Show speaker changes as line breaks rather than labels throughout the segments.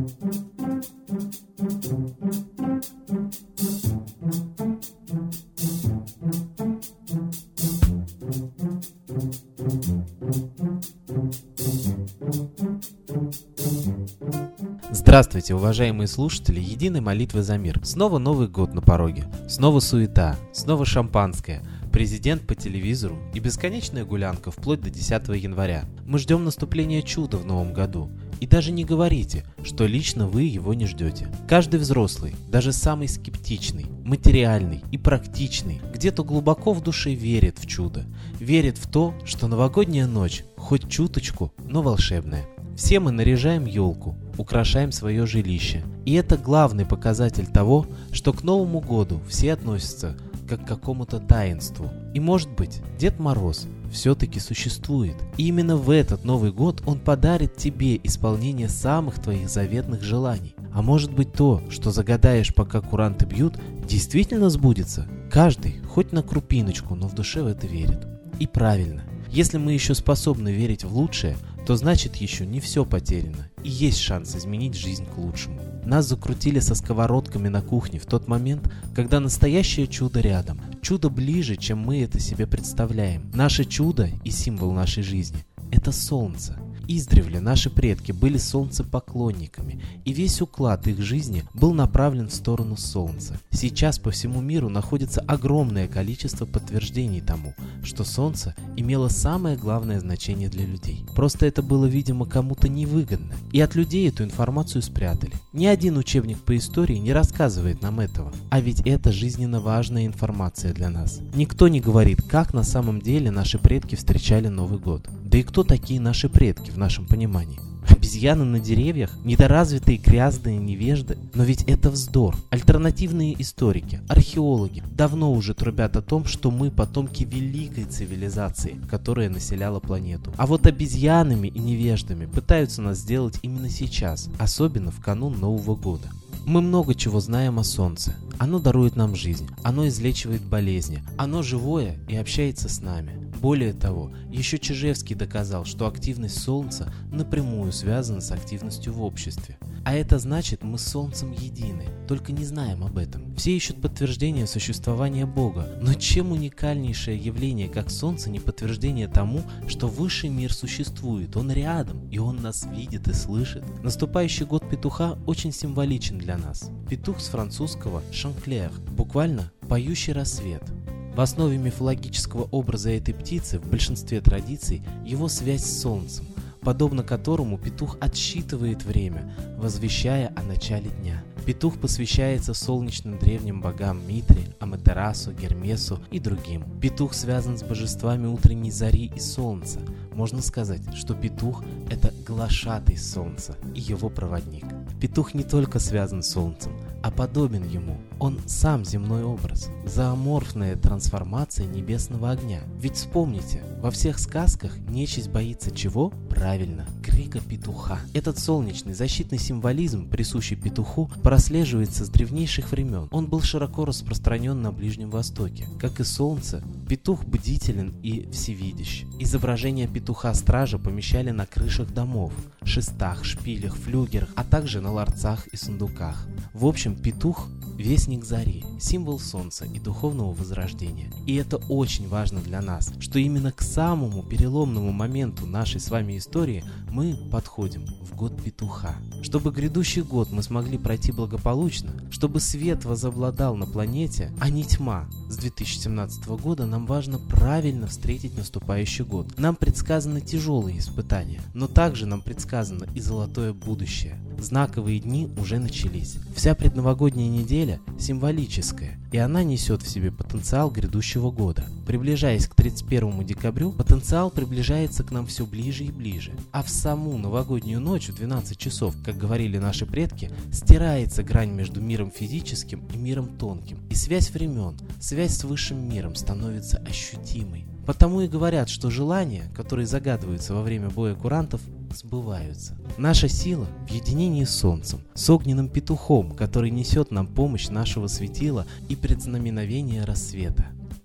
Здравствуйте, уважаемые слушатели Единой молитвы за мир. Снова Новый год на пороге, снова суета, снова шампанское, президент по телевизору и бесконечная гулянка вплоть до 10 января. Мы ждем наступления чуда в новом году. И даже не говорите, что лично вы его не ждете. Каждый взрослый, даже самый скептичный, материальный и практичный, где-то глубоко в душе верит в чудо. Верит в то, что новогодняя ночь хоть чуточку, но волшебная. Все мы наряжаем елку, украшаем свое жилище. И это главный показатель того, что к Новому году все относятся как к какому-то таинству. И может быть, Дед Мороз все-таки существует. И именно в этот Новый год он подарит тебе исполнение самых твоих заветных желаний. А может быть, то, что загадаешь, пока куранты бьют, действительно сбудется? Каждый, хоть на крупиночку, но в душе в это верит. И правильно. Если мы еще способны верить в лучшее, то значит еще не все потеряно, и есть шанс изменить жизнь к лучшему. Нас закрутили со сковородками на кухне в тот момент, когда настоящее чудо рядом. Чудо ближе, чем мы это себе представляем. Наше чудо и символ нашей жизни – это солнце. Издревле наши предки были солнцепоклонниками, и весь уклад их жизни был направлен в сторону солнца. Сейчас по всему миру находится огромное количество подтверждений тому, что солнце имело самое главное значение для людей. Просто это было, видимо, кому-то невыгодно, и от людей эту информацию спрятали. Ни один учебник по истории не рассказывает нам этого, а ведь это жизненно важная информация для нас. Никто не говорит, как на самом деле наши предки встречали Новый год. Да и кто такие наши предки в нашем понимании? Обезьяны на деревьях, недоразвитые грязные невежды. Но ведь это вздор. Альтернативные историки, археологи давно уже трубят о том, что мы потомки великой цивилизации, которая населяла планету. А вот обезьянами и невеждами пытаются нас сделать именно сейчас, особенно в канун Нового года. Мы много чего знаем о Солнце. Оно дарует нам жизнь, оно излечивает болезни, оно живое и общается с нами. Более того, еще Чижевский доказал, что активность Солнца напрямую связана с активностью в обществе. А это значит, мы с Солнцем едины, только не знаем об этом. Все ищут подтверждение существования Бога, но чем уникальнейшее явление, как Солнце, не подтверждение тому, что высший мир существует, он рядом, и он нас видит и слышит. Наступающий год петуха очень символичен для нас. Петух с французского «шанклер», буквально «поющий рассвет». В основе мифологического образа этой птицы в большинстве традиций его связь с Солнцем, подобно которому петух отсчитывает время, возвещая о начале дня. Петух посвящается солнечным древним богам Митре, Аматерасу, Гермесу и другим. Петух связан с божествами утренней зари и солнца. Можно сказать, что петух – это глашатай солнца и его проводник. Петух не только связан с солнцем, а подобен ему. Он сам земной образ, зооморфная трансформация небесного огня. Ведь вспомните, во всех сказках нечисть боится чего? Правильно, крика петуха. Этот солнечный защитный символизм, присущий петуху, прослеживается с древнейших времен. Он был широко распространен на Ближнем Востоке. Как и солнце, петух бдителен и всевидящ. Изображение петуха-стража помещали на крышах домов, шестах, шпилях, флюгерах, а также на ларцах и сундуках. В общем, петух – вестник зари, символ солнца и духовного возрождения. И это очень важно для нас, что именно к самому переломному моменту нашей с вами истории мы подходим в год петуха. Чтобы грядущий год мы смогли пройти благополучно, чтобы свет возобладал на планете, а не тьма, с 2017 года нам важно правильно встретить наступающий год. Нам предсказаны тяжелые испытания, но также нам предсказано и золотое будущее. Знаковые дни уже начались. Вся предновогодняя неделя символическая, и она несет в себе потенциал грядущего года. Приближаясь к 31 декабрю, потенциал приближается к нам все ближе и ближе. А в саму новогоднюю ночь в 12 часов, как говорили наши предки, стирается грань между миром физическим и миром тонким. И связь времен, связь с высшим миром становится ощутимой. Потому и говорят, что желания, которые загадываются во время боя курантов, сбываются. Наша сила в единении с Солнцем, с огненным петухом, который несет нам помощь нашего светила и предзнаменовение рассвета.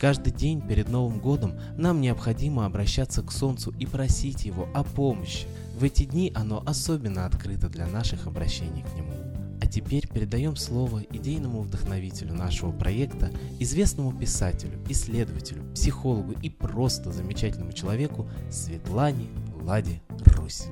Каждый день перед Новым годом нам необходимо обращаться к Солнцу и просить его о помощи. В эти дни оно особенно открыто для наших обращений к нему. А теперь передаем слово идейному вдохновителю нашего проекта, известному писателю, исследователю, психологу и просто замечательному человеку Светлане Ладе Русь.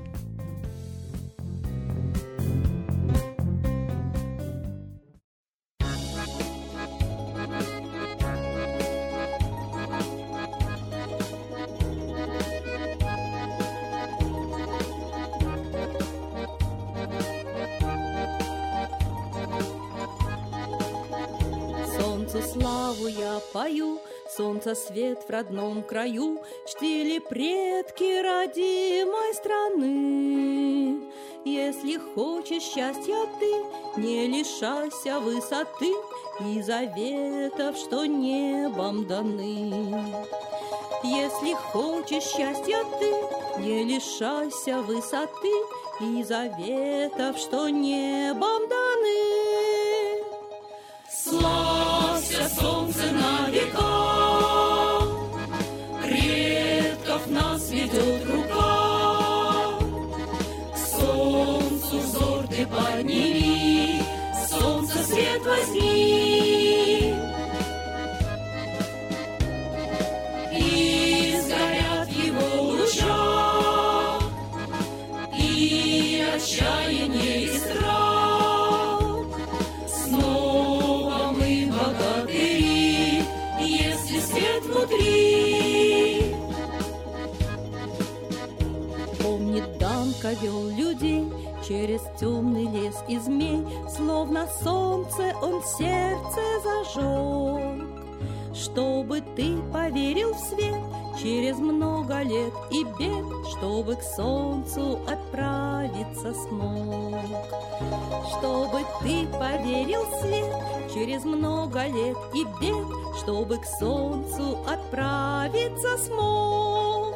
Солнцу славу я пою, солнца свет в родном краю, чтили предки родимой страны. Если хочешь счастья ты, не лишайся высоты и заветов, что небом даны. Если хочешь счастья ты, не лишайся высоты и заветов, что небом даны. Славься, солнце, на века, предков нас ведет рука. К солнцу взор ты подними, солнце свет возьми. И сгорят его луча, и отчаяние, и страх. Если свет внутри. Помнит, Данка вел людей через темный лес и змей, словно солнце он сердце зажег. Чтобы ты поверил в свет через много лет и бед, чтобы к солнцу отправиться смог. Чтобы ты поверил в свет через много лет и бед, чтобы к солнцу отправиться смог.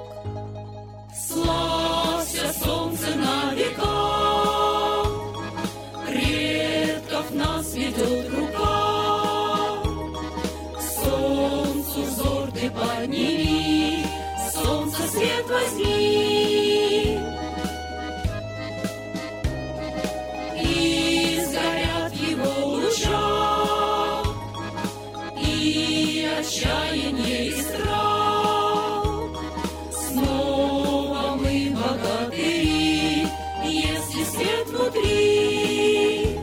Славься, солнце, на века, предков нас ведет рука. К солнцу взор ты подними, солнце свет возьми. И сгорят его луча, и отчаяние, и страх. Снова мы богатыри, если свет внутри.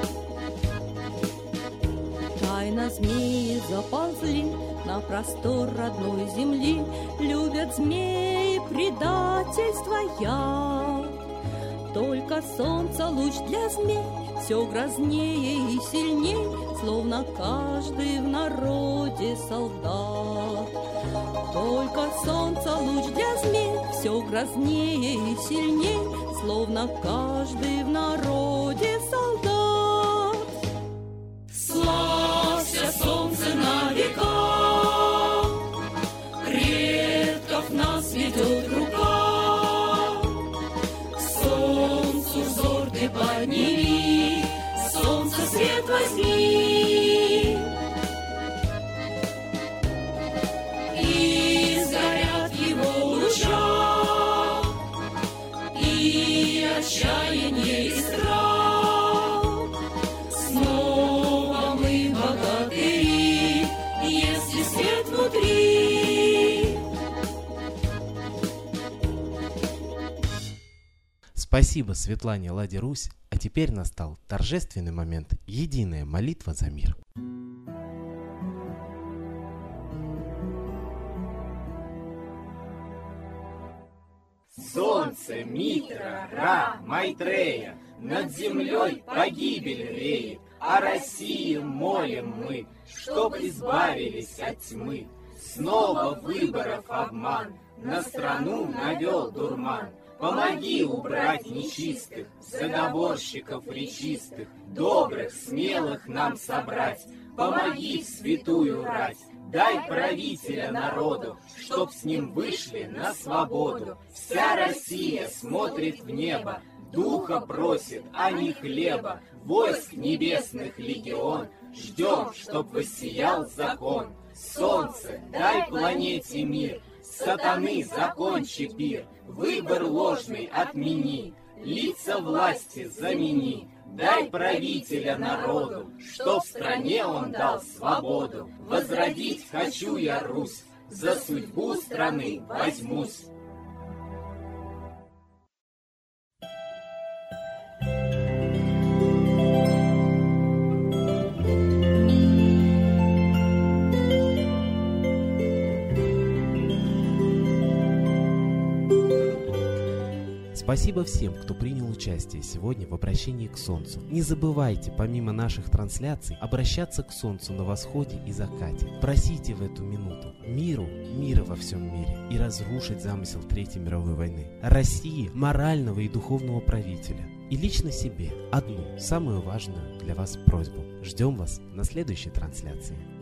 Тайно змеи заползли на простор родной земли, любят змеи предательство яд. Только солнце луч для змей все грознее и сильней, словно каждый в народе солдат. Только солнце луч для змей все грознее и сильней, словно каждый в народе солдат. Славься, солнце, на века, предков нас ведет рука. К солнцу взор ты подними, солнце свет возьми. И сгорят его луча, и отчаяние, и страх. Снова мы богатыри, если свет внутри.
Спасибо Светлане Ладе Русь, а теперь настал торжественный момент – единая молитва за мир.
Солнце, Митра, Ра, Майтрея, над землей погибель реет, о России молим мы, чтоб избавились от тьмы. Снова выборов обман, на страну навел дурман. Помоги убрать нечистых, заговорщиков речистых, добрых, смелых нам собрать. Помоги в святую рать, дай правителя народу, чтоб с ним вышли на свободу. Вся Россия смотрит в небо, духа просит, а не хлеба. Войск небесных легион, ждем, чтоб воссиял закон. Солнце, дай планете мир, сатаны, закончи пир, выбор ложный отмени, лица власти замени. Дай правителя народу, чтоб в стране он дал свободу. Возродить хочу я Русь, за судьбу страны возьмусь.
Спасибо всем, кто принял участие сегодня в обращении к Солнцу. Не забывайте, помимо наших трансляций, обращаться к Солнцу на восходе и закате. Просите в эту минуту мира во всем мире и разрушить замысел Третьей мировой войны. России морального и духовного правителя. И лично себе одну, самую важную для вас просьбу. Ждем вас на следующей трансляции.